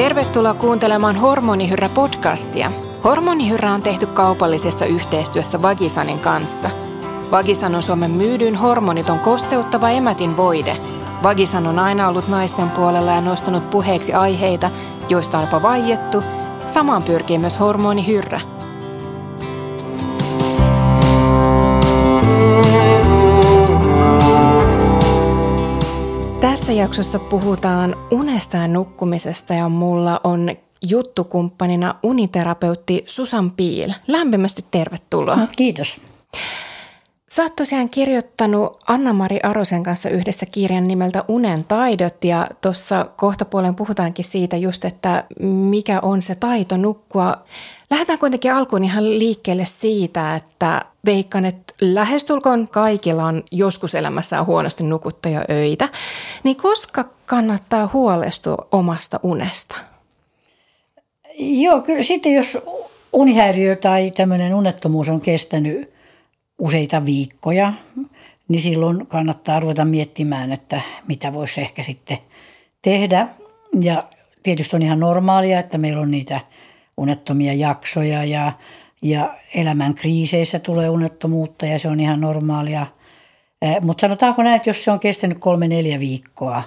Tervetuloa kuuntelemaan Hormonihyrrä-podcastia. Hormonihyrrä on tehty kaupallisessa yhteistyössä Vagisanin kanssa. Vagisan on Suomen myydyin hormoniton kosteuttava emätin voide. Vagisan on aina ollut naisten puolella ja nostanut puheeksi aiheita, joista on jopa vaiettu. Samaan pyrkii myös Hormonihyrrä. Tässä jaksossa puhutaan unesta ja nukkumisesta ja mulla on juttukumppanina uniterapeutti Susan Pihl. Lämpimästi tervetuloa. No, kiitos. Sä oot tosiaan kirjoittanut Anna-Mari Arosen kanssa yhdessä kirjan nimeltä Unen taidot ja tuossa kohtapuolen puhutaankin siitä just, että mikä on se taito nukkua. Lähdetään kuitenkin alkuun ihan liikkeelle siitä, että veikkaan, että lähestulkoon kaikilla on joskus elämässään huonosti nukuttuja öitä. Niin koska kannattaa huolestua omasta unesta? Joo, kyllä sitten jos unihäiriö tai tämmöinen unettomuus on kestänyt useita viikkoja, niin silloin kannattaa ruveta miettimään, että mitä voisi ehkä sitten tehdä. Ja tietysti on ihan normaalia, että meillä on niitä unettomia jaksoja ja elämän kriiseissä tulee unettomuutta ja se on ihan normaalia. Mutta sanotaanko näin, että jos se on kestänyt 3-4 viikkoa,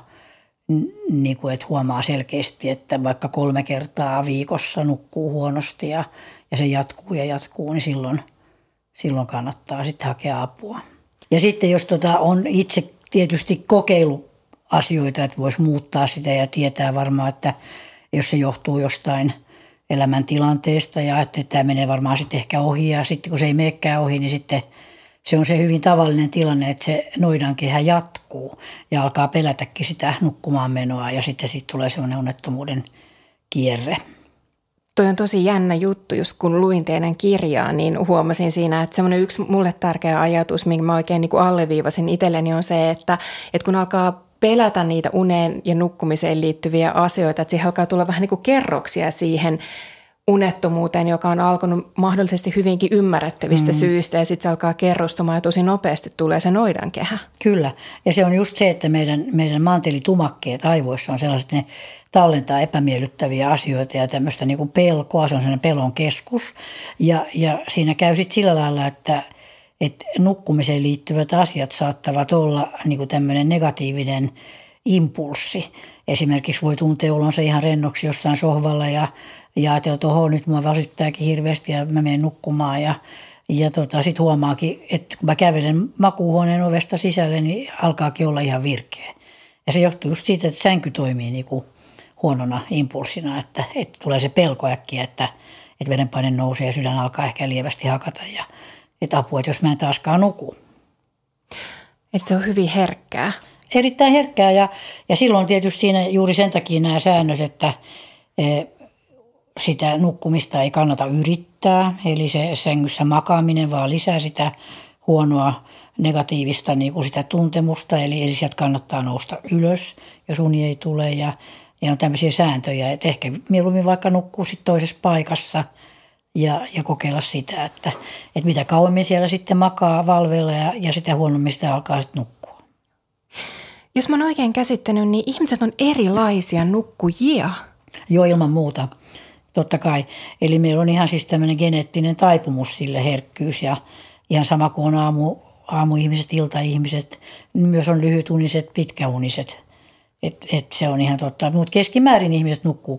niin kuin et huomaa selkeästi, että vaikka 3 kertaa viikossa nukkuu huonosti ja se jatkuu, niin silloin kannattaa sitten hakea apua. Ja sitten jos on itse tietysti kokeillut asioita, että voisi muuttaa sitä ja tietää varmaan, että jos se johtuu jostain elämäntilanteesta ja että tämä menee varmaan sitten ehkä ohi ja sitten kun se ei menekään ohi, niin sitten se on se hyvin tavallinen tilanne, että se noidankehä jatkuu ja alkaa pelätäkin sitä nukkumaan menoa ja sitten siitä tulee semmoinen unettomuuden kierre. Toi on tosi jännä juttu, just kun luin teidän kirjaa, niin huomasin siinä, että semmoinen yksi mulle tärkeä ajatus, minkä mä oikein niin kuin alleviivasin itselleni on se, että kun alkaa pelätä niitä uneen ja nukkumiseen liittyviä asioita, että siihen alkaa tulla vähän niin kuin kerroksia siihen unettomuuteen, joka on alkanut mahdollisesti hyvinkin ymmärrettävistä syistä ja sitten se alkaa kerrostumaan ja tosi nopeasti tulee se noidankehä. Kyllä ja se on just se, että meidän maantelitumakkeet aivoissa on sellaiset, että ne tallentaa epämiellyttäviä asioita ja tämmöistä niin kuin pelkoa, se on sellainen pelon keskus ja siinä käy sitten sillä lailla, että nukkumiseen liittyvät asiat saattavat olla niin kuin tämmöinen negatiivinen impulssi. Esimerkiksi voi tuntea olonsa ihan rennoksi jossain sohvalla ja ajatella, että nyt mua väsyttääkin hirveästi ja mä menen nukkumaan ja sitten huomaakin, että kun mä kävelen makuuhuoneen ovesta sisälle, niin alkaakin olla ihan virkeä. Ja se johtuu just siitä, että sänky toimii niin kuin huonona impulssina, että tulee se pelko äkkiä, että verenpaine nousee ja sydän alkaa ehkä lievästi hakata ja että apua, että jos mä en taaskaan nuku. Että se on hyvin herkkää. Erittäin herkkää ja silloin tietysti siinä juuri sen takia nämä säännöt, että sitä nukkumista ei kannata yrittää. Eli se sängyssä makaaminen vaan lisää sitä huonoa negatiivista niin kuin sitä tuntemusta. Eli sieltä kannattaa nousta ylös, jos uni ei tule ja on tämmöisiä sääntöjä. Että ehkä mieluummin vaikka nukkuu sitten toisessa paikassa ja kokeilla sitä, että mitä kauemmin siellä sitten makaa valveilla ja sitä huonommin sitä alkaa sitten nukkua. Jos mä oon oikein käsittänyt, niin ihmiset on erilaisia nukkujia. Joo, ilman muuta. Totta kai. Eli meillä on ihan siis tämmöinen geneettinen taipumus sille herkkyys ja ihan sama kuin on aamuihmiset, iltaihmiset, myös on lyhytuniset, pitkäuniset. Et se on ihan totta. Mutta keskimäärin ihmiset nukkuu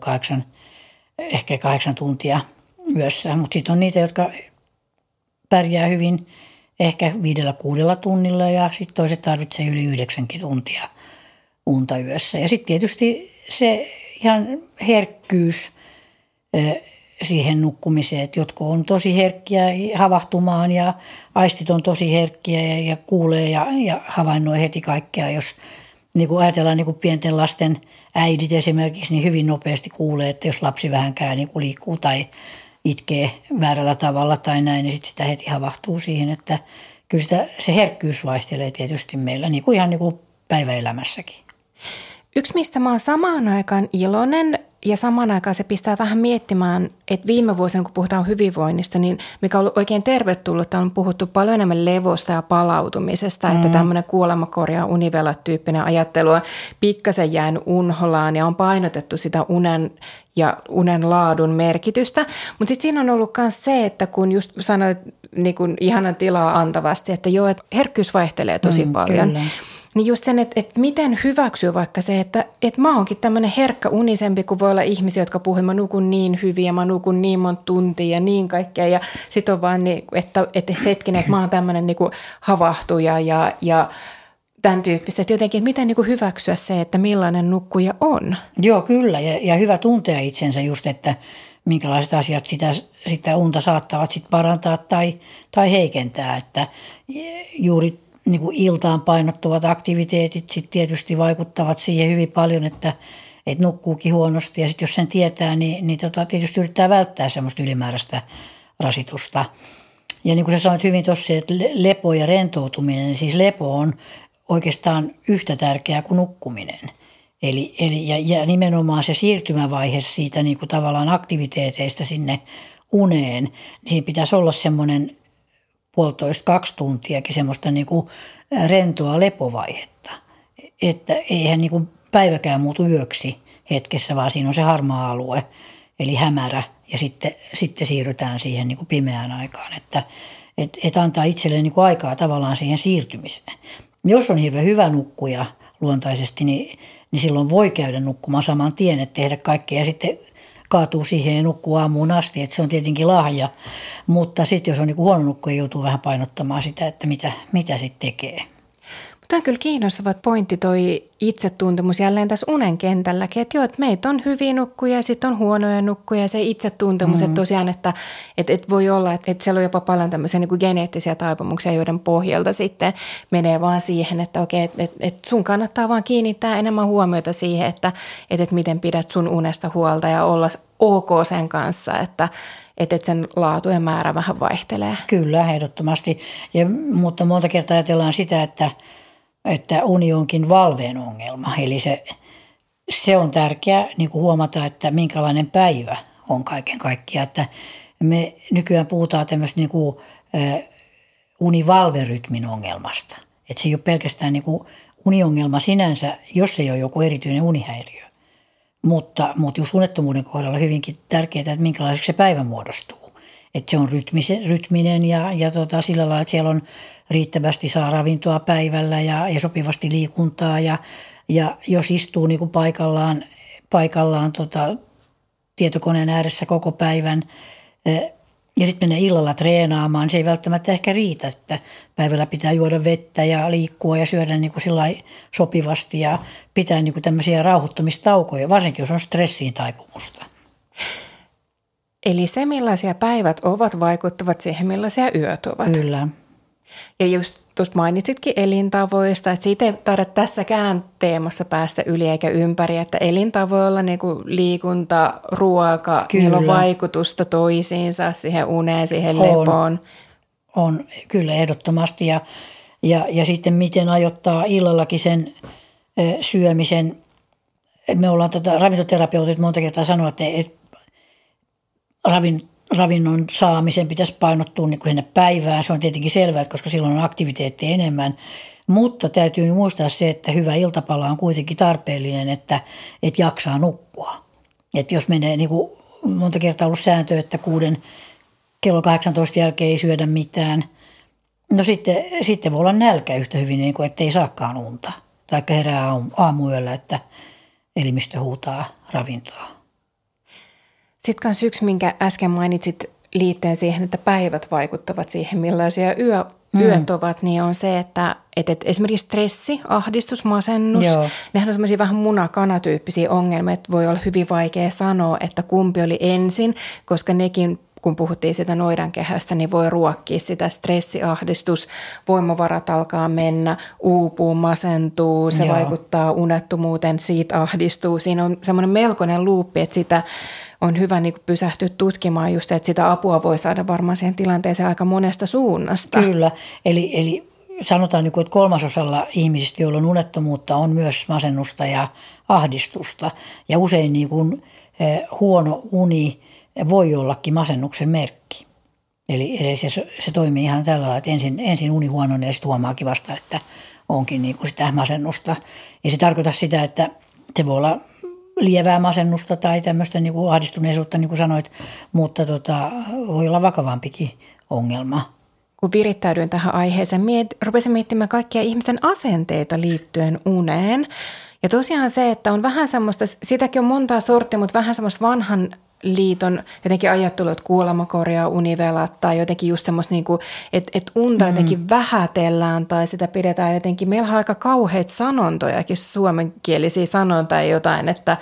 8 tuntia yössä, mutta sitten on niitä, jotka pärjää hyvin ehkä 5-6 tunnilla ja sitten toiset tarvitsee yli 9 tuntia unta yössä. Ja sitten tietysti se ihan herkkyys siihen nukkumiseen, että jotkut on tosi herkkiä havahtumaan ja aistit on tosi herkkiä ja kuulee ja havainnoi heti kaikkea. Jos niin kuin ajatellaan niin kuin pienten lasten äidit esimerkiksi, niin hyvin nopeasti kuulee, että jos lapsi vähänkään niin kuin liikkuu tai itkee väärällä tavalla tai näin, niin sitten sitä heti havahtuu siihen, että kyllä se herkkyys vaihtelee tietysti meillä ihan niin kuin päiväelämässäkin. Yksi, mistä mä oon samaan aikaan iloinen Ja samaan aikaan se pistää vähän miettimään, että viime vuosina, kun puhutaan hyvinvoinnista, niin mikä on ollut oikein tervetullut, on puhuttu paljon enemmän levosta ja palautumisesta, että tämmöinen kuolemakorjaa univelat-tyyppinen ajattelu on pikkasen jäänyt unholaan ja on painotettu sitä unen ja unen laadun merkitystä. Mutta sitten siinä on ollut myös se, että kun just sanoit niin kun ihanan tilaa antavasti, että joo, että herkkyys vaihtelee tosi paljon. Kyllä. Niin just sen, että miten hyväksyy vaikka se, että mä oonkin tämmöinen herkkä unisempi, kun voi olla ihmisiä, jotka puhuu, että mä nukun niin hyvin ja mä nukun niin monta tuntia ja niin kaikkea. Ja sit on vaan niin, että hetkinen, että mä oon tämmöinen niin kuin havahtuja ja tämän tyyppistä. Että jotenkin, että miten niin kuin hyväksyä se, että millainen nukkuja on. Joo, kyllä. Ja hyvä tuntea itsensä just, että minkälaiset asiat sitä unta saattavat sit parantaa tai heikentää. Että juuri niin kuin iltaan painottuvat aktiviteetit sit tietysti vaikuttavat siihen hyvin paljon, että nukkuukin huonosti. Ja sitten jos sen tietää, niin tietysti yrittää välttää semmoista ylimääräistä rasitusta. Ja niin kuin sä sanoit hyvin tuossa, että lepo ja rentoutuminen, niin siis lepo on oikeastaan yhtä tärkeää kuin nukkuminen. Ja nimenomaan se siirtymävaihe siitä niin kuin tavallaan aktiviteeteista sinne uneen, niin siinä pitäisi olla semmoinen 1,5–2 tuntiakin semmoista niin kuin rentoa lepovaihetta. Että eihän niin kuin päiväkään muutu yöksi hetkessä, vaan siinä on se harmaa alue, eli hämärä, ja sitten siirrytään siihen niin kuin pimeään aikaan, että antaa itselleen niin kuin aikaa tavallaan siihen siirtymiseen. Jos on hirveän hyvä nukkuja luontaisesti, niin silloin voi käydä nukkumaan saman tien, että tehdä kaikkea ja sitten kaatuu siihen ja nukkuu aamuun asti, että se on tietenkin lahja. Mutta sitten jos on niin kuin huono nukkuja, joutuu vähän painottamaan sitä, että mitä sitten tekee. Tämä on kyllä kiinnostava pointti toi itsetuntemus jälleen tässä unen kentälläkin, että joo, että meitä on hyviä nukkuja ja sitten on huonoja nukkuja ja se itsetuntemus, että tosiaan, että voi olla, että siellä on jopa paljon tämmöisiä niin kuin geneettisiä taipumuksia, joiden pohjalta sitten menee vaan siihen, että okei, että sun kannattaa vaan kiinnittää enemmän huomiota siihen, että miten pidät sun unesta huolta ja olla ok sen kanssa, että sen laatu ja määrä vähän vaihtelee. Kyllä, ehdottomasti, mutta monta kertaa ajatellaan sitä, että uni onkin valveen ongelma. Eli se on tärkeää niin kuin huomata, että minkälainen päivä on kaiken kaikkiaan. Että me nykyään puhutaan tämmöistä niin kuin univalverytmin ongelmasta. Että se ei ole pelkästään niin kuin uniongelma sinänsä, jos ei ole joku erityinen unihäiriö. Mutta just unettomuuden kohdalla hyvinkin tärkeää, että minkälaiseksi se päivä muodostuu. Että se on rytminen ja sillä lailla, että siellä on riittävästi saa ravintoa päivällä ja sopivasti liikuntaa. Ja jos istuu niin kuin paikallaan tietokoneen ääressä koko päivän ja sitten menee illalla treenaamaan, niin se ei välttämättä ehkä riitä, että päivällä pitää juoda vettä ja liikkua ja syödä niin kuin sillai sopivasti ja pitää niin kuin tämmöisiä rauhoittumistaukoja, varsinkin jos on stressiin taipumusta. Eli se, millaisia päivät ovat, vaikuttavat siihen, millaisia yöt ovat. Kyllä. Ja just tuossa mainitsitkin elintavoista, että siitä ei taida tässäkään teemassa päästä yli eikä ympäri, että elintavoilla niin kuin liikunta, ruoka, kyllä, niillä on vaikutusta toisiinsa, siihen uneen, siihen lepoon. On kyllä ehdottomasti ja sitten miten ajoittaa illallakin sen syömisen. Me ollaan ravintoterapeutit monta kertaa sanoa, että ravinnon saamisen pitäisi painottua niin kuin sinne päivään. Se on tietenkin selvää, koska silloin on aktiviteettia enemmän. Mutta täytyy muistaa se, että hyvä iltapala on kuitenkin tarpeellinen, että jaksaa nukkua. Että jos menee, niin kuin monta kertaa ollut sääntö, että kello 18 jälkeen ei syödä mitään. No sitten voi olla nälkä yhtä hyvin, niin kuin ettei saakaan unta. Taikka herää aamuyöllä, että elimistö huutaa ravintoa. Sitten myös yksi, minkä äsken mainitsit liittyen siihen, että päivät vaikuttavat siihen, millaisia yöt ovat, niin on se, että esimerkiksi stressi, ahdistus, masennus, nehän on semmoisia vähän muna-kana-tyyppisiä ongelmia, että voi olla hyvin vaikea sanoa, että kumpi oli ensin, koska nekin, kun puhuttiin sitä noidankehästä, niin voi ruokkia sitä stressiahdistus, voimavarat alkaa mennä, uupuu, masentuu, se vaikuttaa unettomuuteen, siitä ahdistuu. Siinä on semmoinen melkoinen luuppi, että sitä on hyvä niin kuin pysähtyä tutkimaan just, että sitä apua voi saada varmaan siihen tilanteeseen aika monesta suunnasta. Kyllä, eli sanotaan, että 3/3 ihmisistä, joilla on unettomuutta, on myös masennusta ja ahdistusta. Ja usein niin kuin huono uni voi ollakin masennuksen merkki. Eli se toimii ihan tällä lailla, että ensin uni huononee ja sitten huomaakin vasta, että onkin niin kuin sitä masennusta. Ei se tarkoita sitä, että se voi olla lievää masennusta tai tämmöistä niin kuin ahdistuneisuutta, niin kuin sanoit, mutta voi olla vakavampikin ongelma. Kun virittäydyin tähän aiheeseen, rupesin miettimään kaikkia ihmisten asenteita liittyen uneen. Ja tosiaan se, että on vähän semmoista, sitäkin on montaa sorttia, mutta vähän semmoista vanhan liiton jotenkin ajattelu, että kuolema korjaa univelat tai jotenkin just semmoista, niin kuin, että unta jotenkin vähätellään tai sitä pidetään jotenkin. Meillä on aika kauheita sanontojakin, suomenkielisiä sanontoja jotain, että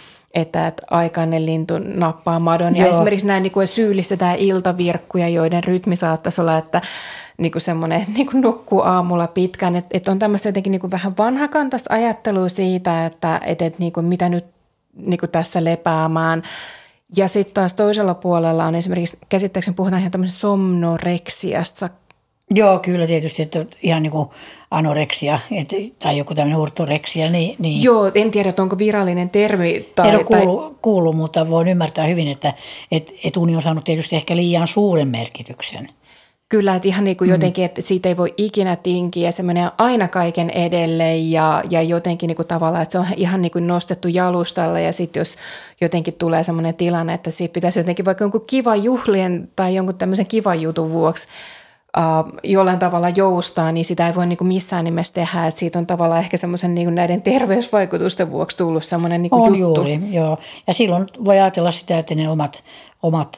aikainen lintu nappaa madon. Ja esimerkiksi näin niin kuin syyllistetään iltavirkkuja, joiden rytmi saattaisi olla, että niin kuin semmoinen, että niin kuin nukkuu aamulla pitkään. Että on tämmöistä jotenkin niin kuin vähän vanhakantaista ajattelua siitä, että niin kuin mitä nyt niin kuin tässä lepäämään. Ja sitten taas toisella puolella on esimerkiksi, käsittääkseni puhutaan ihan tämmöisen somnoreksiasta. Joo, kyllä tietysti, että ihan niin kuin anoreksia tai joku tämmöinen ortoreksia. Niin. Joo, en tiedä, että onko virallinen termi. En ole kuullut, mutta voin ymmärtää hyvin, että uni on saanut tietysti ehkä liian suuren merkityksen. Kyllä, että ihan niin kuin jotenkin, että siitä ei voi ikinä tinkiä ja se menee aina kaiken edelle ja jotenkin niin kuin tavallaan, että se on ihan niin kuin nostettu jalustalle ja sitten jos jotenkin tulee semmoinen tilanne, että siitä pitäisi jotenkin vaikka jonkun kivan juhlien tai jonkun tämmöisen kivan jutun vuoksi jollain tavalla joustaa, niin sitä ei voi niin kuin missään nimessä tehdä, että siitä on tavallaan ehkä semmoisen niin kuin näiden terveysvaikutusten vuoksi tullut semmoinen niin kuin on juttu. Juuri, joo. Ja silloin voi ajatella sitä, että ne omat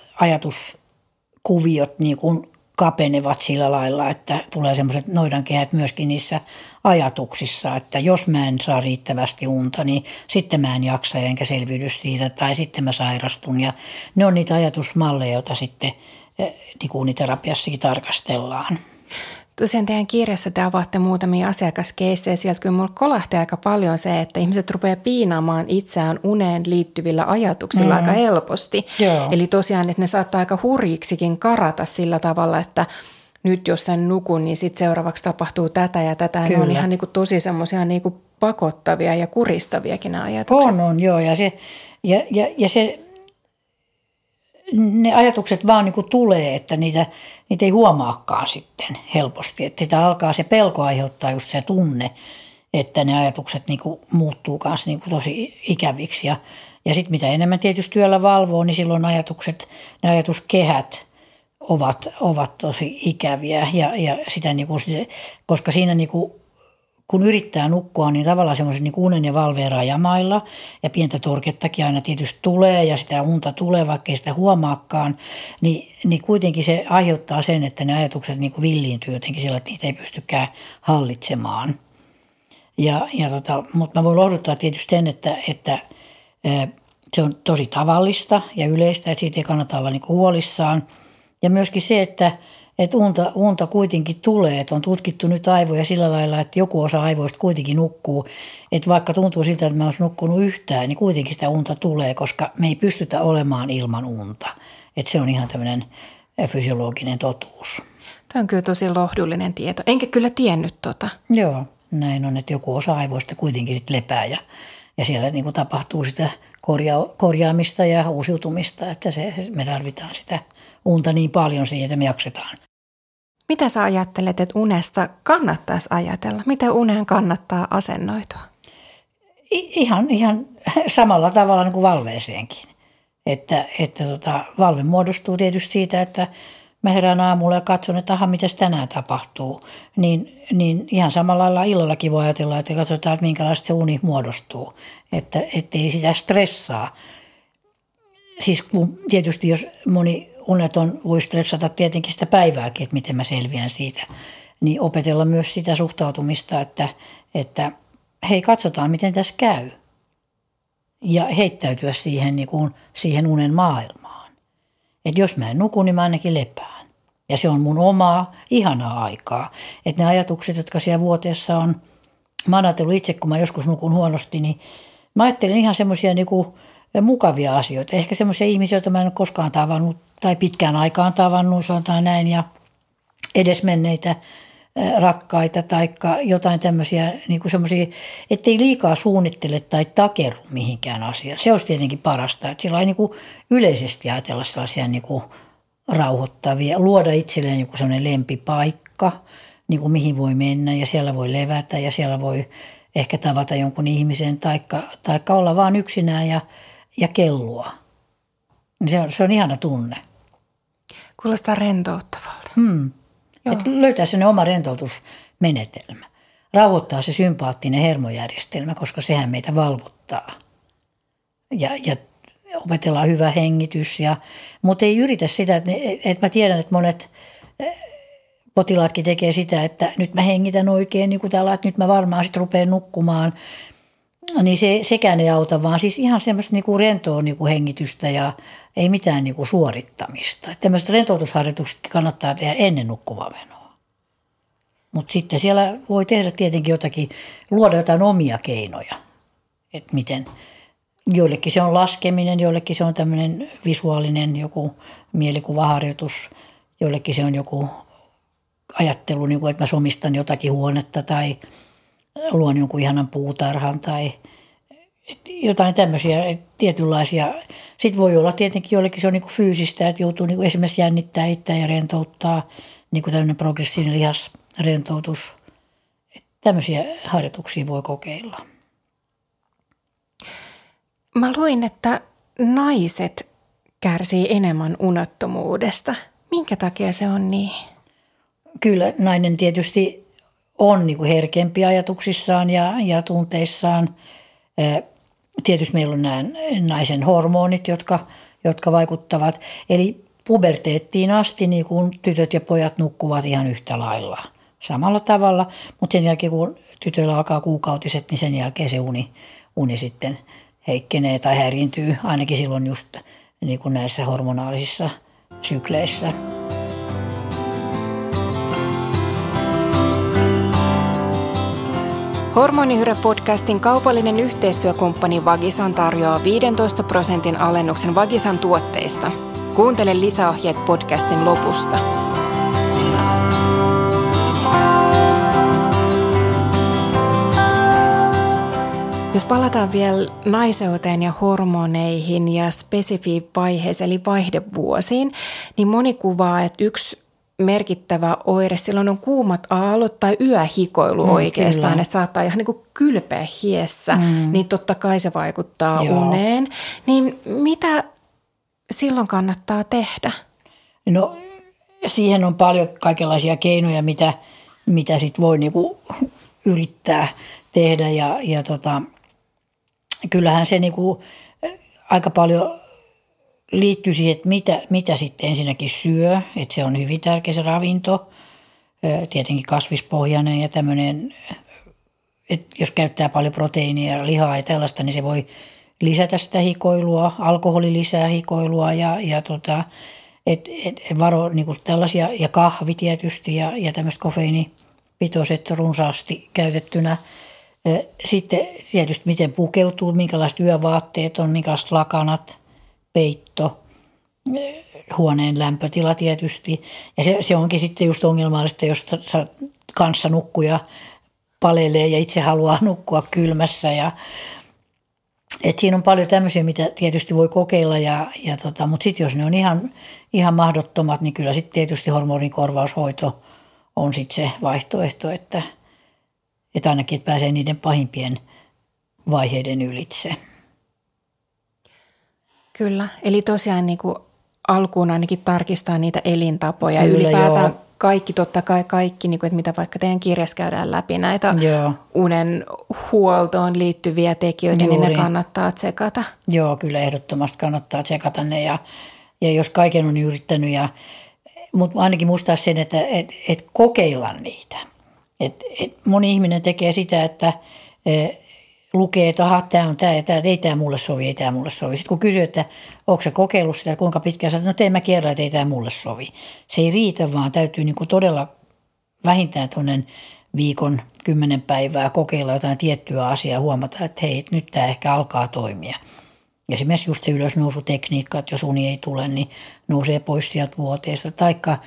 ajatuskuviot niin kuin kapenevat sillä lailla, että tulee semmoiset noidankehät myöskin niissä ajatuksissa, että jos mä en saa riittävästi unta, niin sitten mä en jaksa enkä selviydy siitä tai sitten mä sairastun. Ja ne on niitä ajatusmalleja, joita sitten uniterapiassakin tarkastellaan. Tosiaan teidän kirjassa te avaatte muutamia asiakaskeissejä. Sieltä kyllä mulla kolahti aika paljon se, että ihmiset rupeaa piinaamaan itseään uneen liittyvillä ajatuksilla aika helposti. Joo. Eli tosiaan, että ne saattaa aika hurjiksikin karata sillä tavalla, että nyt jos sen nukun, niin sitten seuraavaksi tapahtuu tätä ja tätä. Ja ne on ihan niin kuin tosi semmoisia niin kuin pakottavia ja kuristaviakin nämä ajatukset. On, joo. Ja se ne ajatukset vaan niin kuin tulee, että niitä ei huomaakaan sitten helposti. Että sitä alkaa se pelko aiheuttaa just se tunne, että ne ajatukset niin kuin muuttuu kanssa niin kuin tosi ikäviksi. Ja sitten mitä enemmän tietysti työllä valvoo, niin silloin ne ajatuskehät ovat tosi ikäviä. Ja sitä niin kuin, koska siinä niin kuin, kun yrittää nukkua, niin tavallaan semmoisen niin unen ja valveen rajamailla ja pientä torkettakin aina tietysti tulee ja sitä unta tulee, vaikka ei sitä huomaakaan, niin kuitenkin se aiheuttaa sen, että ne ajatukset niin kuin villiintyy jotenkin sillä, että niitä ei pystykään hallitsemaan. Mutta mä voin lohduttaa tietysti sen, että se on tosi tavallista ja yleistä, että siitä ei kannata olla niin kuin huolissaan. Ja myöskin se, että unta kuitenkin tulee, että on tutkittu nyt aivoja sillä lailla, että joku osa aivoista kuitenkin nukkuu. Että vaikka tuntuu siltä, että mä olisin nukkunut yhtään, niin kuitenkin sitä unta tulee, koska me ei pystytä olemaan ilman unta. Että se on ihan tämmöinen fysiologinen totuus. Tämä on kyllä tosi lohdullinen tieto. Enkä kyllä tiennyt tota. Joo, näin on, että joku osa aivoista kuitenkin sit lepää ja siellä niin kuin tapahtuu sitä korjaamista ja uusiutumista, että me tarvitaan sitä unta niin paljon siihen, että me jaksetaan. Mitä sä ajattelet, että unesta kannattaisi ajatella? Miten uneen kannattaa asennoitua? Ihan samalla tavalla niin kuin valveeseenkin. Että valve muodostuu tietysti siitä, että mä herään aamulla ja katson, että aha, mitäs tänään tapahtuu. Niin ihan samalla lailla illallakin voi ajatella, että katsotaan, että minkälaista se uni muodostuu. Että ei sitä stressaa. Siis kun tietysti jos moni uneton voi stressata tietenkin sitä päivääkin, että miten mä selviän siitä, niin opetella myös sitä suhtautumista, että hei, katsotaan miten tässä käy. Ja heittäytyä siihen unen maailmaan. Että jos mä en nuku, niin mä ainakin lepään. Ja se on mun omaa ihanaa aikaa. Että ne ajatukset, jotka siellä vuoteessa on, mä oon ajatellut itse, kun mä joskus nukun huonosti, niin mä ajattelen ihan semmoisia niinku mukavia asioita. Ehkä semmoisia ihmisiä, joita mä en ole koskaan tavannut tai pitkään aikaan tavannut, sanotaan näin, ja edesmenneitä rakkaita tai jotain tämmöisiä niin kuin semmoisia, ettei liikaa suunnittele tai takerru mihinkään asiaan. Se olisi tietenkin parasta, että sillä niin kuin yleisesti ajatella sellaisia niin kuin rauhoittavia, luoda itselleen joku semmoinen lempipaikka, niin kuin mihin voi mennä ja siellä voi levätä ja siellä voi ehkä tavata jonkun ihmisen taikka olla vaan yksinään ja kellua. Se on ihana tunne. Kuulostaa rentouttavalta. Että löytää sen oma rentoutusmenetelmä. Rauhoittaa se sympaattinen hermojärjestelmä, koska sehän meitä valvottaa. Ja opetellaan hyvä hengitys. Mutta ei yritä sitä, että mä tiedän, että monet potilaatkin tekee sitä, että nyt mä hengitän oikein, niin kuin täällä, että nyt mä varmaan sitten rupean nukkumaan. Niin sekään ei auta, vaan siis ihan semmoista niinku rentoa niinku hengitystä ja ei mitään niinku suorittamista. Että tämmöiset rentoutusharjoitukset kannattaa tehdä ennen nukkuvamenoa. Mutta sitten siellä voi tehdä tietenkin luoda jotain omia keinoja. Että miten, joillekin se on laskeminen, joillekin se on tämmöinen visuaalinen joku mielikuvaharjoitus, joillekin se on joku ajattelu, niin kuin, että mä somistan jotakin huonetta tai luon jonkun ihanan puutarhan tai jotain tämmöisiä tietynlaisia. Sitten voi olla tietenkin joillekin se on niin kuin fyysistä, että joutuu niin kuin esimerkiksi jännittää itseään ja rentouttaa, niin kuin tämmöinen progressiivinen lihasrentoutus. Tämmöisiä harjoituksia voi kokeilla. Mä luin, että naiset kärsii enemmän unettomuudesta. Minkä takia se on niin? Kyllä nainen tietysti on niin kuin herkempi ajatuksissaan ja tunteissaan. Tietysti meillä on nämä naisen hormonit, jotka vaikuttavat. Eli puberteettiin asti niin kuin tytöt ja pojat nukkuvat ihan yhtä lailla samalla tavalla. Mutta sen jälkeen, kun tytöillä alkaa kuukautiset, niin sen jälkeen se uni sitten heikkenee tai häiriintyy. Ainakin silloin just niin kuin näissä hormonaalisissa sykleissä. Hormonihyrä-podcastin kaupallinen yhteistyökumppani Vagisan tarjoaa 15% alennuksen Vagisan tuotteista. Kuuntele lisäohjeet podcastin lopusta. Jos palataan vielä naiseuteen ja hormoneihin ja spesifiin vaiheeseen eli vaihdevuosiin, niin moni kuvaa, että yksi merkittävä oire silloin on kuumat aallot tai yöhikoilu oikeastaan, kyllä. Että saattaa ihan niin kuin kylpeä hiessä, niin totta kai se vaikuttaa uneen. Niin mitä silloin kannattaa tehdä? No siihen on paljon kaikenlaisia keinoja, mitä sit voi niinku yrittää tehdä ja kyllähän se niinku aika paljon liittyy siihen, että mitä sitten ensinnäkin syö, että se on hyvin tärkeä se ravinto, tietenkin kasvispohjainen ja tämmöinen, että jos käyttää paljon proteiinia ja lihaa ja tällaista, niin se voi lisätä sitä hikoilua, alkoholi lisää hikoilua ja varo niin kuin tällaisia ja kahvi tietysti ja tämmöiset kofeiinipitoiset runsaasti käytettynä. Sitten tietysti miten pukeutuu, minkälaiset yövaatteet on, minkälaiset lakanat, peitto, huoneen lämpötila tietysti. Ja se onkin sitten just ongelmallista, jos kanssa nukkuja palelee ja itse haluaa nukkua kylmässä. Et siinä on paljon tämmöisiä, mitä tietysti voi kokeilla, mutta sitten jos ne on ihan mahdottomat, niin kyllä sitten tietysti hormonikorvaushoito on sitten se vaihtoehto, että ainakin että pääsee niiden pahimpien vaiheiden ylitse. Kyllä, eli tosiaan niin kuin alkuun ainakin tarkistaa niitä elintapoja. Kyllä, ylipäätään kaikki, totta kai kaikki, niin kuin, että mitä vaikka teidän kirjassa käydään läpi näitä unen huoltoon liittyviä tekijöitä, niin ne kannattaa tsekata. Joo, kyllä ehdottomasti kannattaa tsekata ne ja jos kaiken on yrittänyt, mutta ainakin muistaa sen, että kokeilla niitä. Moni ihminen tekee sitä, että lukee, että tämä on tämä ja tämä, ei tämä mulle sovi, ei tämä mulle sovi. Sitten kun kysyy, että onko se kokeillut sitä, kuinka pitkään, sanoo, no tein mä kerran, että ei tämä mulle sovi. Se ei riitä, vaan täytyy niin kuin todella vähintään tuonnen viikon 10 päivää kokeilla jotain tiettyä asiaa, huomata, että hei, nyt tämä ehkä alkaa toimia. Esimerkiksi just se ylösnousutekniikka, että jos uni ei tule, niin nousee pois sieltä vuoteesta. Taikka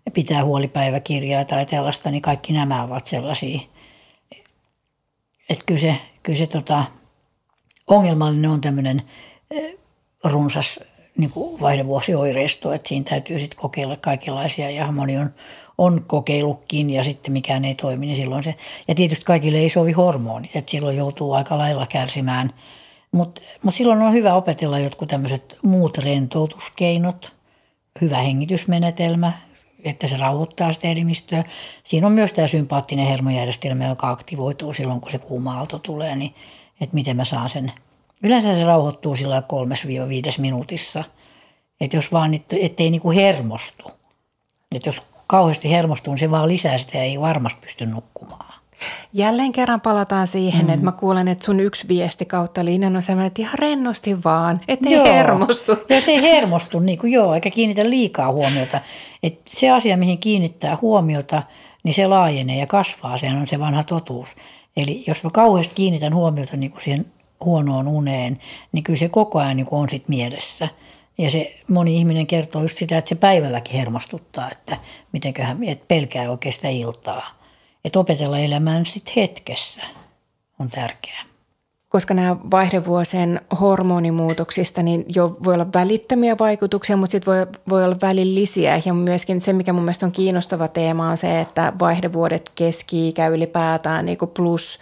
pitää huolipäiväkirjaa tai tällaista, niin kaikki nämä ovat sellaisia. Että kyllä se ongelmallinen on tämmöinen runsas niin kuin vaihdevuosioireisto, että siinä täytyy sitten kokeilla kaikenlaisia ja moni on kokeillutkin ja sitten mikään ei toimi, niin silloin se, ja tietysti kaikille ei sovi hormonit, että silloin joutuu aika lailla kärsimään, mutta silloin on hyvä opetella jotkut tämmöiset muut rentoutuskeinot, hyvä hengitysmenetelmä, että se rauhoittaa sitä elimistöä. Siinä on myös tämä sympaattinen hermojärjestelmä, joka aktivoituu silloin, kun se kuuma aalto tulee, niin että miten mä saan sen. Yleensä se rauhoittuu sillä 3-5 minuutissa, että jos vaan, ettei niinku hermostu. Että jos kauheasti hermostuu, niin se vaan lisää sitä ja ei varmasti pysty nukkumaan. Jälleen kerran palataan siihen, että mä kuulen, että sun yksi viesti kautta linjan on sellainen, että ihan rennosti vaan, ettei hermostu. Ja ettei hermostu, niin kuin eikä kiinnitä liikaa huomiota. Että se asia, mihin kiinnittää huomiota, niin se laajenee ja kasvaa, sehän on se vanha totuus. Eli jos mä kauheasti kiinnitän huomiota niin kuin siihen huonoon uneen, niin kyllä se koko ajan niin kuin on sit mielessä. Ja se moni ihminen kertoo just sitä, että se päivälläkin hermostuttaa, että mitenköhän, että pelkää oikein sitä iltaa. Että opetella elämään sitten hetkessä on tärkeää. Koska nämä vaihdevuosien hormonimuutoksista, niin jo voi olla välittömiä vaikutuksia, mutta sitten voi olla välillisiä. Ja myöskin se, mikä mun mielestä on kiinnostava teema, on se, että vaihdevuodet keski-ikä ylipäätään niin kuin plus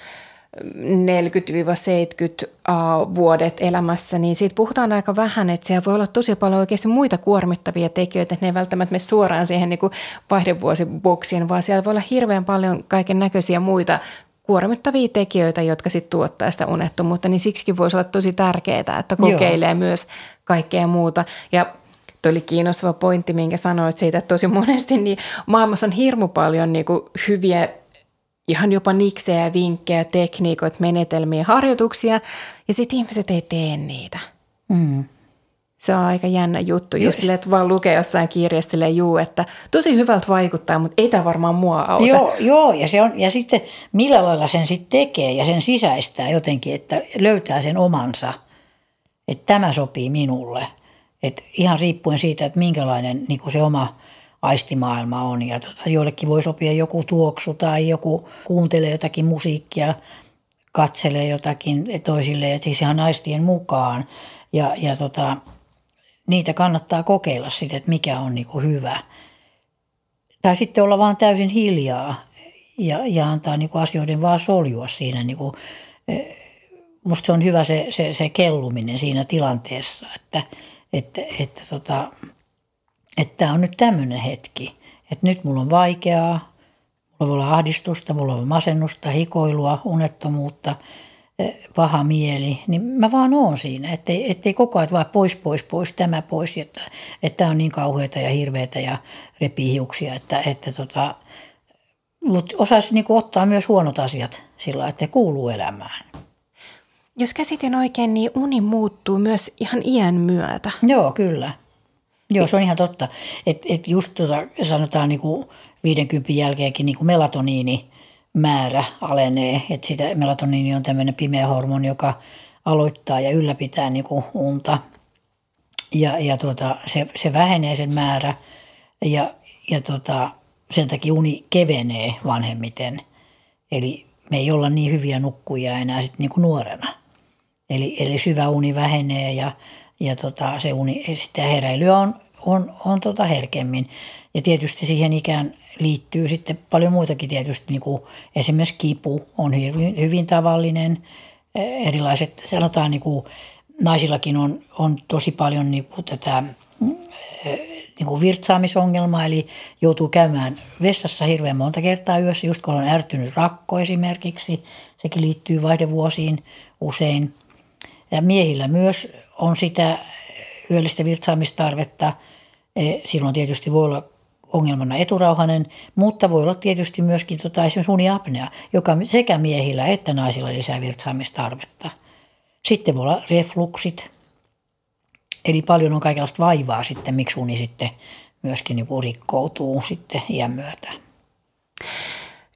40-70 vuodet elämässä, niin siitä puhutaan aika vähän, että siellä voi olla tosi paljon oikeasti muita kuormittavia tekijöitä, että ne ei välttämättä mene suoraan siihen niin kuin vaihdevuosiboksiin, vaan siellä voi olla hirveän paljon kaiken näköisiä muita kuormittavia tekijöitä, jotka sitten tuottaa sitä unettomuutta, niin siksikin voisi olla tosi tärkeää, että kokeilee myös kaikkea muuta. Ja toi oli kiinnostava pointti, minkä sanoit siitä, että tosi monesti niin maailmassa on hirmu paljon niin kuin hyviä ihan jopa niksejä, vinkkejä, tekniikoita, menetelmiä, harjoituksia, ja sitten ihmiset ei tee niitä. Se on aika jännä juttu, just silleen, että vaan lukee jossain kirjasta, että tosi hyvältä vaikuttaa, mutta ei tämä varmaan mua auta. Joo, ja sitten millä lailla sen sitten tekee ja sen sisäistää jotenkin, että löytää sen omansa, että tämä sopii minulle. Että ihan riippuen siitä, että minkälainen niin kuin se oma aistimaailma on. Ja joillekin voi sopia joku tuoksu tai joku kuuntelee jotakin musiikkia, katselee jotakin toisille, että siis ihan aistien mukaan. Ja niitä kannattaa kokeilla sitten, että mikä on niin kuin hyvä. Tai sitten olla vaan täysin hiljaa ja antaa niin kuin asioiden vaan soljua siinä. Niin kuin, musta se on hyvä se kelluminen siinä tilanteessa, että tämä on nyt tämmöinen hetki, että nyt mulla on vaikeaa, mulla voi olla ahdistusta, mulla on masennusta, hikoilua, unettomuutta, paha mieli, niin mä vaan oon siinä, ettei koko ajan vaan pois, tämä pois, että tämä on niin kauheata ja hirveätä ja repii hiuksia, mutta osaisi niinku ottaa myös huonot asiat sillä, että kuuluu elämään. Jos käsitin oikein, niin uni muuttuu myös ihan iän myötä. Joo, kyllä. Joo, se on ihan totta. Että just sanotaan niin kuin 50 jälkeenkin niin kuin melatoniinimäärä alenee. Että sitä melatoniini on tämmöinen pimeä hormoni, joka aloittaa ja ylläpitää niin kuin unta. Ja se vähenee sen määrä ja sen takia uni kevenee vanhemmiten. Eli me ei olla niin hyviä nukkuja enää sitten niin kuin nuorena. Eli syvä uni vähenee ja se uni, sitä heräilyä on herkemmin. Ja tietysti siihen ikään liittyy sitten paljon muitakin tietysti, niin kuin esimerkiksi kipu on hyvin tavallinen. Erilaiset, sanotaan niin kuin naisillakin on tosi paljon niin kuin tätä niin kuin virtsaamisongelmaa, eli joutuu käymään vessassa hirveän monta kertaa yössä, just kun on ärtynyt rakko esimerkiksi. Sekin liittyy vaihdevuosiin usein. Ja miehillä myös on sitä yöllistä virtsaamistarvetta. Silloin tietysti voi olla ongelmana eturauhanen, mutta voi olla tietysti myöskin esimerkiksi uniapnea, joka sekä miehillä että naisilla lisää virtsaamistarvetta. Sitten voi olla refluksit, eli paljon on kaikenlaista vaivaa sitten, miksi uni sitten myöskin niin rikkoutuu sitten iän myötä.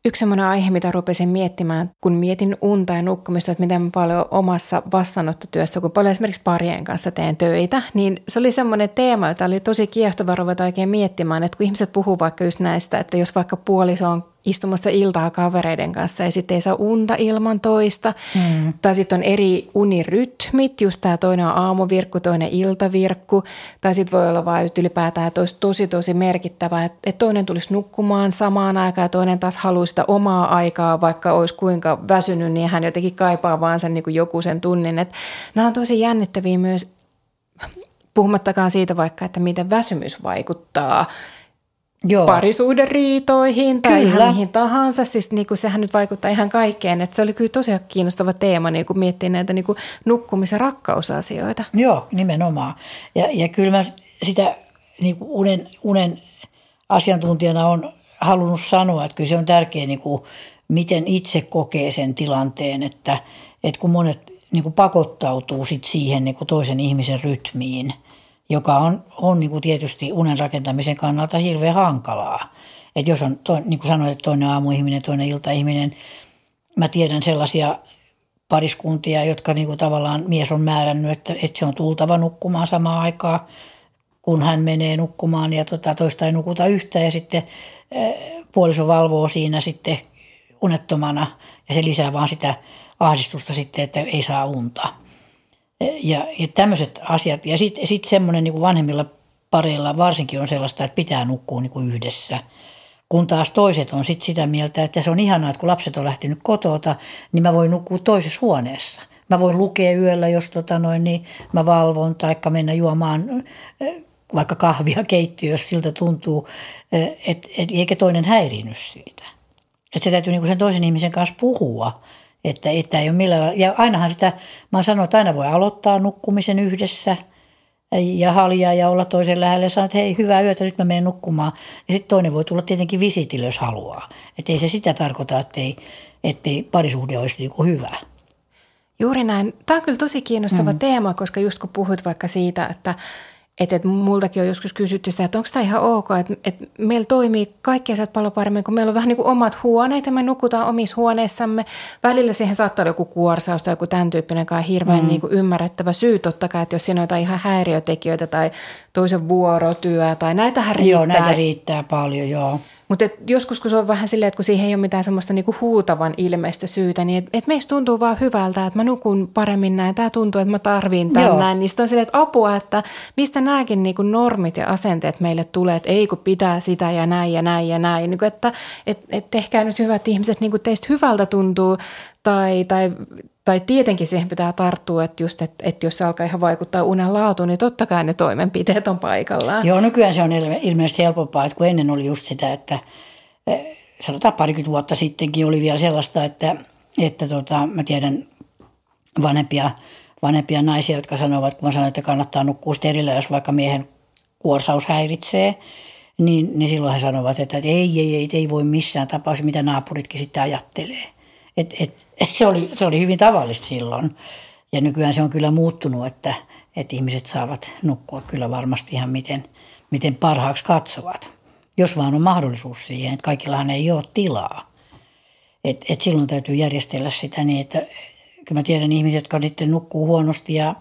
Yksi sellainen aihe, mitä rupesin miettimään, kun mietin unta ja nukkumista, että miten paljon omassa vastaanottotyössä, kun paljon esimerkiksi parien kanssa teen töitä, niin se oli semmoinen teema, jota oli tosi kiehtova ruveta oikein miettimään, että kun ihmiset puhuu vaikka just näistä, että jos vaikka puoliso on istumassa iltaa kavereiden kanssa ja sitten ei saa unta ilman toista, tai sitten on eri unirytmit, just tämä toinen on aamuvirkku, toinen iltavirkku, tai sitten voi olla vain ylipäätään, että olisi tosi merkittävää, että toinen tulisi nukkumaan samaan aikaan ja toinen taas haluaa sitä omaa aikaa, vaikka olisi kuinka väsynyt, niin hän jotenkin kaipaa vaan sen niin kuin joku sen tunnin. Että nämä on tosi jännittäviä myös, puhumattakaan siitä vaikka, että miten väsymys vaikuttaa parisuhderiitoihin tai ihan mihin tahansa. Siis niin kuin sehän nyt vaikuttaa ihan kaikkeen. Että se oli kyllä tosi kiinnostava teema niin kuin miettiä näitä niin kuin nukkumis- ja rakkausasioita. Joo, nimenomaan. Ja kyllä mä sitä niin kuin unen asiantuntijana on halunnut sanoa, että kyllä se on tärkeää, niin kuin, miten itse kokee sen tilanteen, että kun monet niin kuin pakottautuu sit siihen niin kuin toisen ihmisen rytmiin, joka on niin kuin tietysti unen rakentamisen kannalta hirveän hankalaa. Että jos on, niin kuin sanoit, että toinen aamuihminen, toinen iltaihminen, mä tiedän sellaisia pariskuntia, jotka niin kuin tavallaan mies on määrännyt, että se on tultava nukkumaan samaan aikaan, kun hän menee nukkumaan ja toista ei nukuta yhtään ja sitten puoliso valvoo siinä sitten unettomana ja se lisää vaan sitä ahdistusta sitten, että ei saa unta. Ja tämmöiset asiat. Ja sitten semmoinen niin kuin vanhemmilla pareilla varsinkin on sellaista, että pitää nukkua niin kuin yhdessä. Kun taas toiset on sitten sitä mieltä, että se on ihanaa, että kun lapset on lähtenyt kotota, niin mä voin nukkua toisessa huoneessa. Mä voin lukea yöllä, jos niin mä valvon, taikka mennä juomaan vaikka kahvia keittiöön, jos siltä tuntuu, eikä toinen häiriinny siitä. Että se täytyy niin kuin sen toisen ihmisen kanssa puhua. Että ei ole millään. Ja ainahan sitä, mä sanon, että aina voi aloittaa nukkumisen yhdessä ja haljaa ja olla toisen lähellä ja sanoa, että hei, hyvää yötä, nyt mä menen nukkumaan. Ja sitten toinen voi tulla tietenkin visitille, jos haluaa. Että ei se sitä tarkoita, ettei parisuhde olisi niin kuin hyvä. Juuri näin. Tämä on kyllä tosi kiinnostava teema, koska just kun puhuit vaikka siitä, että multakin on joskus kysytty sitä, että onko tämä ihan ok, että meillä toimii kaikki asiat paljon paremmin, kun meillä on vähän niin kuin omat huoneet ja me nukutaan omissa huoneissamme. Välillä siihen saattaa olla joku kuorsaus tai joku tämän tyyppinen, joka on hirveän niin kuin ymmärrettävä syy totta kai, että jos siinä on jotain ihan häiriötekijöitä tai toisen vuorotyö tai näitähän riittää. Joo, näitä riittää paljon, joo. Mutta joskus kun se on vähän silleen, että kun siihen ei ole mitään semmoista niinku huutavan ilmeistä syytä, niin että meistä tuntuu vaan hyvältä, että mä nukun paremmin näin, tämä tuntuu, että mä tarvin tämän näin. Niin sitten on silleen, että apua, että mistä nämäkin niinku normit ja asenteet meille tulee, että ei kun pitää sitä ja näin ja näin ja näin. Niin että tehkää nyt hyvät ihmiset, niin kuin teistä hyvältä tuntuu tai tietenkin siihen pitää tarttua, että just, että jos se alkaa ihan vaikuttaa unen laatuun, niin totta kai ne toimenpiteet on paikallaan. Joo, nykyään se on ilmeisesti helpompaa, että kun ennen oli just sitä, että sanotaan 20 vuotta sittenkin oli vielä sellaista, että mä tiedän vanhempia naisia, jotka sanovat, kun mä sanoin, että kannattaa nukkua sterillä, jos vaikka miehen kuorsaus häiritsee, niin silloin he sanovat, että ei voi missään tapauksessa, mitä naapuritkin sitten ajattelee. Se oli hyvin tavallista silloin ja nykyään se on kyllä muuttunut, että ihmiset saavat nukkua kyllä varmasti ihan miten parhaaksi katsovat, jos vaan on mahdollisuus siihen, että kaikillahan ei ole tilaa. Silloin täytyy järjestellä sitä niin, että kyllä mä tiedän ihmiset, jotka sitten nukkuu huonosti ja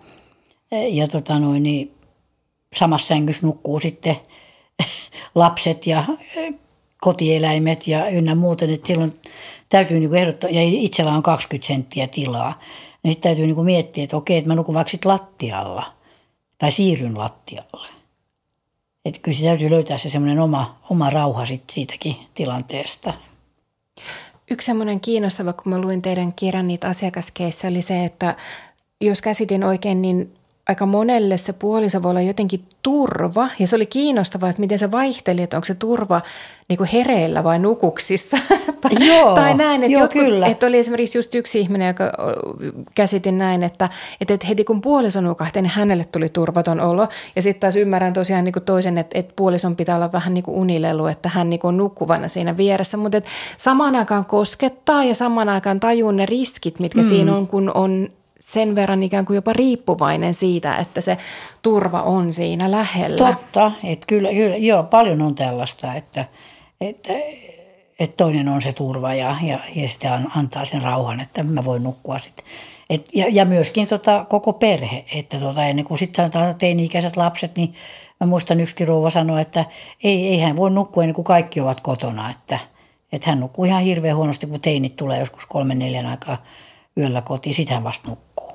niin samassa sängyssä nukkuu sitten lapset ja kotieläimet ja ynnä muuten, että silloin täytyy niin kuin ehdottaa, ja itsellä on 20 senttiä tilaa, niin sitten täytyy niin kuin miettiä, että okei, että mä nukun vaikka sitten lattialla tai siirryn lattialle. Että kyllä se täytyy löytää se semmoinen oma rauha siitäkin tilanteesta. Yksi semmoinen kiinnostava, kun mä luin teidän kirjan niitä asiakaskeissa, oli se, että jos käsitin oikein, niin aika monelle se puoliso voi olla jotenkin turva. Ja se oli kiinnostavaa, että miten se vaihteli, että onko se turva niin kuin hereillä vai nukuksissa. Tai näin, että, kyllä. Että oli esimerkiksi just yksi ihminen, joka käsitin näin, että heti kun puoliso nukahti, niin hänelle tuli turvaton olo. Ja sitten taas ymmärrän tosiaan niin kuin toisen, että puolison pitää olla vähän niin kuin unilelu, että hän niin kuin on nukkuvana siinä vieressä. Mutta samaan aikaan koskettaa ja samaan aikaan tajuu ne riskit, mitkä siinä on, kun on sen verran ikään kuin jopa riippuvainen siitä, että se turva on siinä lähellä. Totta, että kyllä joo, paljon on tällaista, että toinen on se turva ja sitä antaa sen rauhan, että mä voin nukkua sitten. Ja myöskin koko perhe, että ennen kuin sitten sanotaan teini-ikäiset lapset, niin mä muistan yksikin rouva sanoa, että ei hän voi nukkua ennen kuin kaikki ovat kotona, että hän nukkuu ihan hirveän huonosti, kun teinit tulee joskus 3-4 aikaa yöllä kotiin, sit hän vasta nukkuu.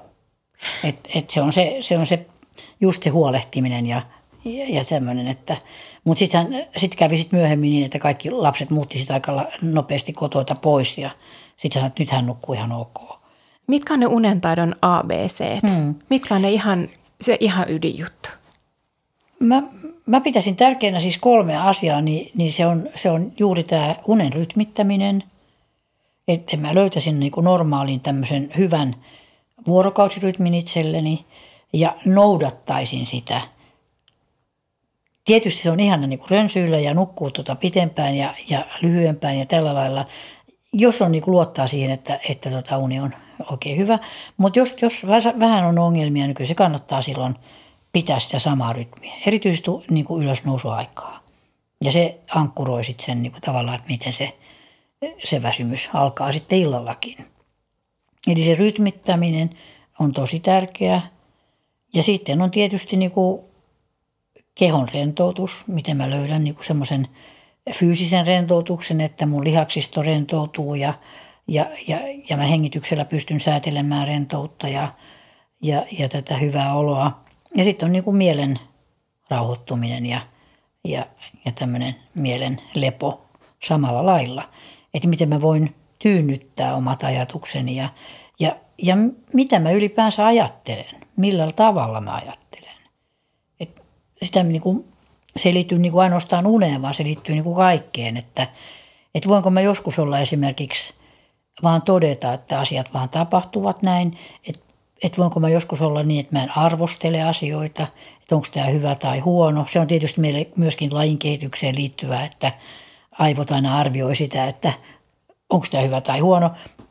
Se on se just se huolehtiminen ja semmoinen, että mutta sitten kävi myöhemmin niin, että kaikki lapset muutti sitä aika nopeasti kotoa pois ja sitten sanoi, että nyt hän nukkuu ihan ok. Mitkä on ne unentaidon ABCt? Mitkä on ne ihan ydinjuttu? Mä pitäisin tärkeänä siis 3 asiaa, niin se on juuri tämä unen rytmittäminen, että mä löytäisin niin kuin normaalin tämmöisen hyvän vuorokausirytmin itselleni ja noudattaisin sitä. Tietysti se on ihana niin kuin rönsyillä ja nukkuu pitempään ja lyhyempään ja tällä lailla, jos on niin kuin luottaa siihen, että uni on oikein hyvä. Mutta jos vähän on ongelmia, niin kyllä se kannattaa silloin pitää sitä samaa rytmiä, erityisesti niin kuin ylösnousuaikaa. Ja se ankkuroi sitten sen niin kuin tavallaan, että miten se väsymys alkaa sitten illallakin. Eli se rytmittäminen on tosi tärkeää. Ja sitten on tietysti niin kuin kehon rentoutus, miten mä löydän niin kuin semmoisen fyysisen rentoutuksen, että mun lihaksisto rentoutuu ja mä hengityksellä pystyn säätelemään rentoutta ja tätä hyvää oloa. Ja sitten on niin kuin mielen rauhoittuminen ja tämmöinen mielen lepo samalla lailla. Että miten mä voin tyynnyttää omat ajatukseni ja mitä mä ylipäänsä ajattelen, millä tavalla mä ajattelen. Et sitä niin kuin, se ei liittyy niin kuin ainoastaan uneen, vaan se liittyy niin kuin kaikkeen. Että voinko mä joskus olla esimerkiksi vaan todeta, että asiat vaan tapahtuvat näin. Että voinko mä joskus olla niin, että mä en arvostele asioita, että onko tämä hyvä tai huono. Se on tietysti meille myöskin lajin kehitykseen liittyvää, että aivot aina arvioi sitä, että onko tämä hyvä tai huono.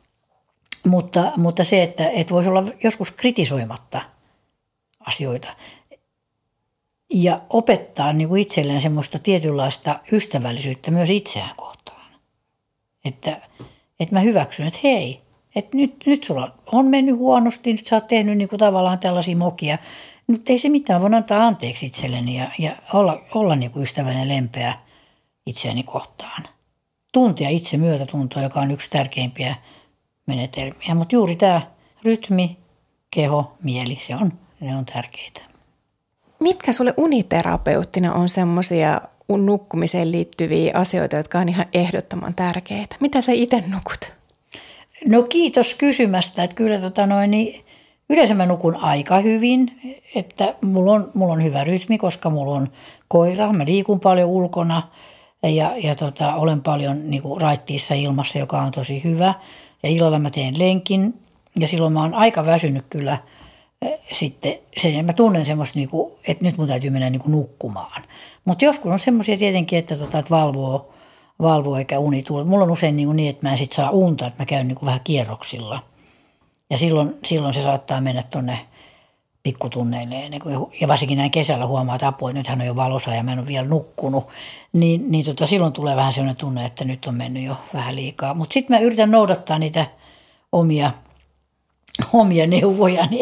Mutta se, että voisi olla joskus kritisoimatta asioita ja opettaa niin kuin itselleen semmoista tietynlaista ystävällisyyttä myös itseään kohtaan. Että mä hyväksyn, että hei, että nyt sulla on mennyt huonosti, nyt sä oot tehnyt niin kuin tavallaan tällaisia mokia. Nyt ei se mitään, voin antaa anteeksi itselleni ja olla niin kuin ystävällinen lempeä itseäni kohtaan. Tuntea itse myötätuntoa, joka on yksi tärkeimpiä menetelmiä. Mutta juuri tämä rytmi, keho, mieli, ne on tärkeitä. Mitkä sulle uniterapeuttina on semmoisia nukkumiseen liittyviä asioita, jotka on ihan ehdottoman tärkeitä? Mitä sä itse nukut? No kiitos kysymästä. Että kyllä yleensä mä nukun aika hyvin. Että mulla on hyvä rytmi, koska mulla on koira. Mä liikun paljon ulkona ja olen paljon niin kuin raittiissa ilmassa, joka on tosi hyvä. Ja illalla mä teen lenkin ja silloin mä oon aika väsynyt kyllä sitten. Mä tunnen semmoista, että nyt mun täytyy mennä nukkumaan. Mutta joskus on semmoisia tietenkin, että valvoo eikä uni tule. Mulla on usein niin, että mä en sit saa unta, että mä käyn vähän kierroksilla. Ja silloin se saattaa mennä tuonne pikkutunneille. Ja varsinkin näin kesällä huomaa, että apua, että nythän on jo valossa ja mä en ole vielä nukkunut. Niin silloin tulee vähän sellainen tunne, että nyt on mennyt jo vähän liikaa. Mutta sitten mä yritän noudattaa niitä omia neuvojani,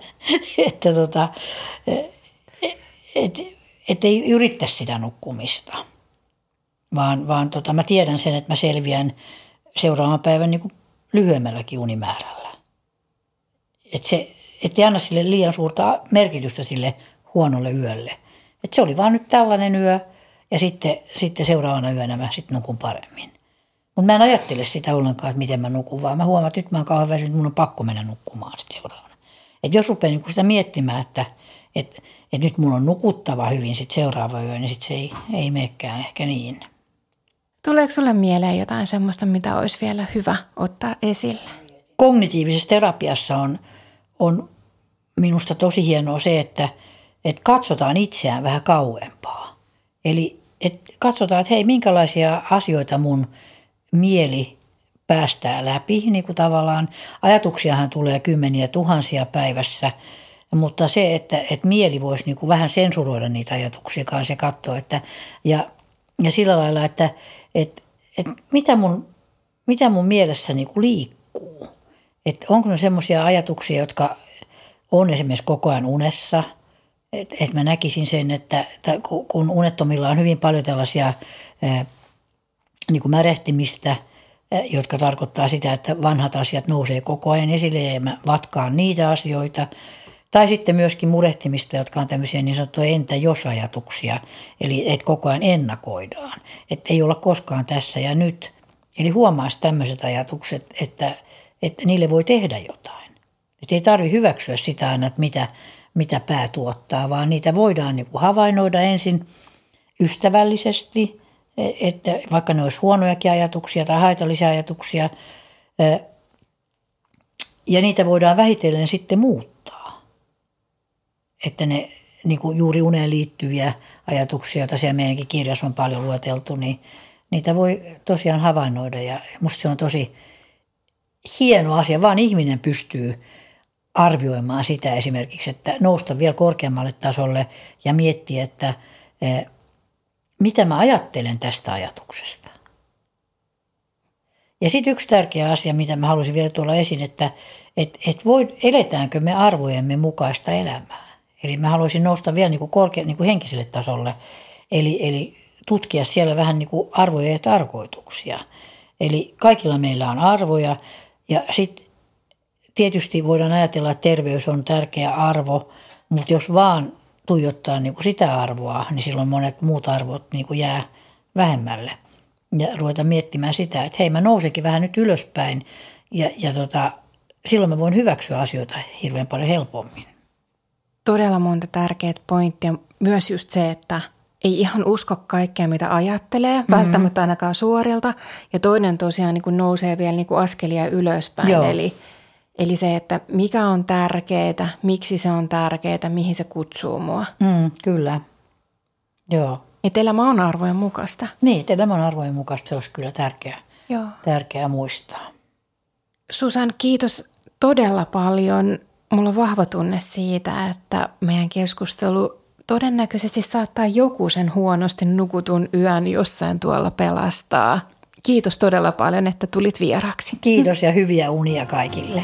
että ei yrittäisi sitä nukkumista. Vaan mä tiedän sen, että mä selviän seuraavan päivän niin kuin lyhyemmälläkin unimäärällä. Että ei anna sille liian suurta merkitystä sille huonolle yölle. Että se oli vaan nyt tällainen yö ja sitten seuraavana yönä mä sitten nukun paremmin. Mutta mä en ajattele sitä ollenkaan, että miten mä nukun, vaan mä huomaan, että nyt mä oon kauhean väsynyt, että mun on pakko mennä nukkumaan sitten seuraavana. Että jos rupeaa niin sitä miettimään, että nyt mun on nukuttava hyvin sitten seuraava yö, niin sitten se ei menekään ehkä niin. Tuleeko sulle mieleen jotain semmoista, mitä olisi vielä hyvä ottaa esille? Kognitiivisessa terapiassa on minusta tosi hienoa se, että katsotaan itseään vähän kauempaa. Eli katsotaan, että hei, minkälaisia asioita mun mieli päästää läpi, niin kuin tavallaan ajatuksiahan tulee kymmeniä tuhansia päivässä, mutta se, että mieli voisi niin kuin vähän sensuroida niitä ajatuksia kanssa ja katsoa, ja sillä lailla, että että mitä mun mielessä niin kuin liikkuu. Että onko ne semmoisia ajatuksia, jotka on esimerkiksi koko ajan unessa. Että mä näkisin sen, että kun unettomilla on hyvin paljon tällaisia niin kuin märehtimistä, jotka tarkoittaa sitä, että vanhat asiat nousee koko ajan esille ja mä vatkaan niitä asioita. Tai sitten myöskin murehtimista, jotka on tämmöisiä niin sanottuja entä jos ajatuksia, eli että koko ajan ennakoidaan, että ei olla koskaan tässä ja nyt. Eli huomaisi tämmöiset ajatukset, että niille voi tehdä jotain. Että ei tarvitse hyväksyä sitä aina, että mitä pää tuottaa, vaan niitä voidaan niin kuin havainnoida ensin ystävällisesti, että vaikka ne olisi huonojakin ajatuksia tai haitallisia ajatuksia, ja niitä voidaan vähitellen sitten muuttaa. Että ne niin kuin juuri uneen liittyviä ajatuksia, joita siellä meidänkin kirjassa on paljon lueteltu, niin niitä voi tosiaan havainnoida ja musta se on tosi hieno asia, vaan ihminen pystyy arvioimaan sitä esimerkiksi, että nousta vielä korkeammalle tasolle ja miettiä, että mitä mä ajattelen tästä ajatuksesta. Ja sitten yksi tärkeä asia, mitä mä haluaisin vielä tuolla esiin, että eletäänkö me arvojemme mukaista elämää. Eli mä haluaisin nousta vielä niin kuin henkiselle tasolle, eli tutkia siellä vähän niin kuin arvoja ja tarkoituksia. Eli kaikilla meillä on arvoja ja sitten tietysti voidaan ajatella, että terveys on tärkeä arvo, mutta jos vaan tuijottaa niin kuin sitä arvoa, niin silloin monet muut arvot niin kuin jää vähemmälle. Ja ruveta miettimään sitä, että hei, mä nousenkin vähän nyt ylöspäin ja silloin mä voin hyväksyä asioita hirveän paljon helpommin. Todella monta tärkeää pointtia. Myös just se, että ei ihan usko kaikkea, mitä ajattelee, välttämättä ainakaan suorilta. Ja toinen tosiaan niin kuin nousee vielä niin kuin askelia ylöspäin. Eli se, että mikä on tärkeää, miksi se on tärkeää, mihin se kutsuu mua. Kyllä, joo. Että elämä on arvojen mukaista. Niin, että elämä on arvojen mukaista, se olisi kyllä tärkeää muistaa. Susan, kiitos todella paljon. Mulla on vahva tunne siitä, että meidän keskustelu todennäköisesti saattaa joku sen huonosti nukutun yön jossain tuolla pelastaa. Kiitos todella paljon, että tulit vieraaksi. Kiitos ja hyviä unia kaikille.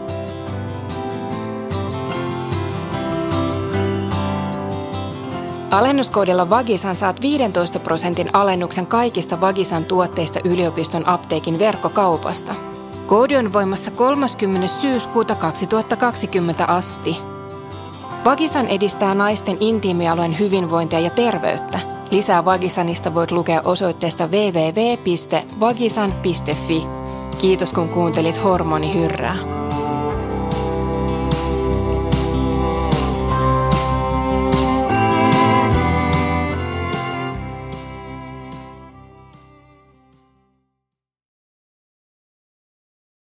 Alennuskoodilla Vagisan saat 15% alennuksen kaikista Vagisan tuotteista yliopiston apteekin verkkokaupasta. Koodi on voimassa 30. syyskuuta 2020 asti. Vagisan edistää naisten intiimialueen hyvinvointia ja terveyttä. Lisää Vagisanista voit lukea osoitteesta www.vagisan.fi. Kiitos kun kuuntelit Hormonihyrrää.